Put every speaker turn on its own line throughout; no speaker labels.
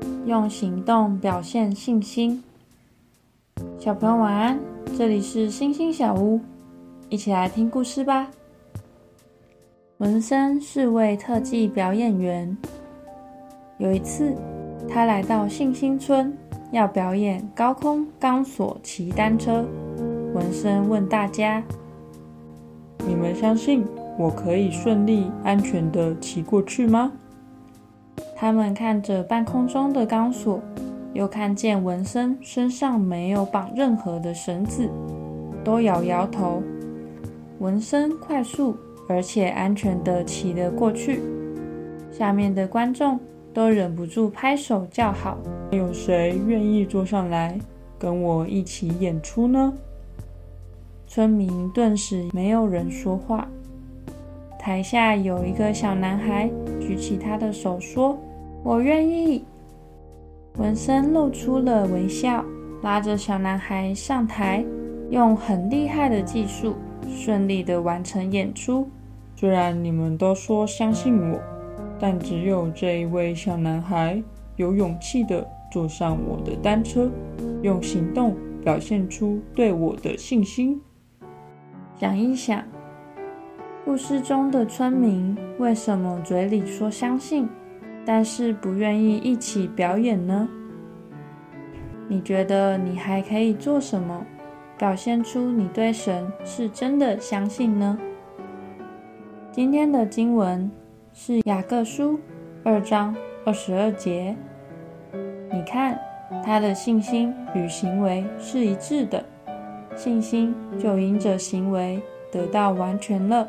用行动表现信心。小朋友晚安，这里是星星小屋，一起来听故事吧。文森是位特技表演员，有一次他来到信心村，要表演高空钢索骑单车。文森问大家：你们相信我可以顺利安全地骑过去吗？他们看着半空中的钢索，又看见文森身上没有绑任何的绳子，都摇摇头。文森快速而且安全地骑了过去，下面的观众都忍不住拍手叫好。有谁愿意坐上来跟我一起演出呢？村民顿时没有人说话。台下有一个小男孩举起他的手说：我愿意。文森露出了微笑，拉着小男孩上台，用很厉害的技术顺利地完成演出。虽然你们都说相信我，但只有这一位小男孩有勇气地坐上我的单车，用行动表现出对我的信心。想一想，故事中的村民为什么嘴里说相信，但是不愿意一起表演呢？你觉得你还可以做什么，表现出你对神是真的相信呢？今天的经文是雅各书2章22节。你看，他的信心与行为是一致的，信心就因着行为得到完全了。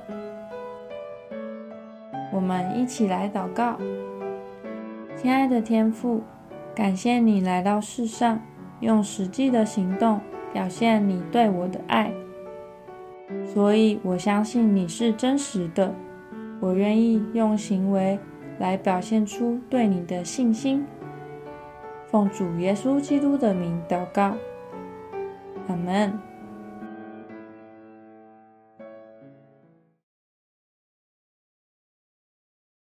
我们一起来祷告。亲爱的天父，感谢你来到世上，用实际的行动表现你对我的爱，所以我相信你是真实的。我愿意用行为来表现出对你的信心。奉主耶稣基督的名祷告，阿们。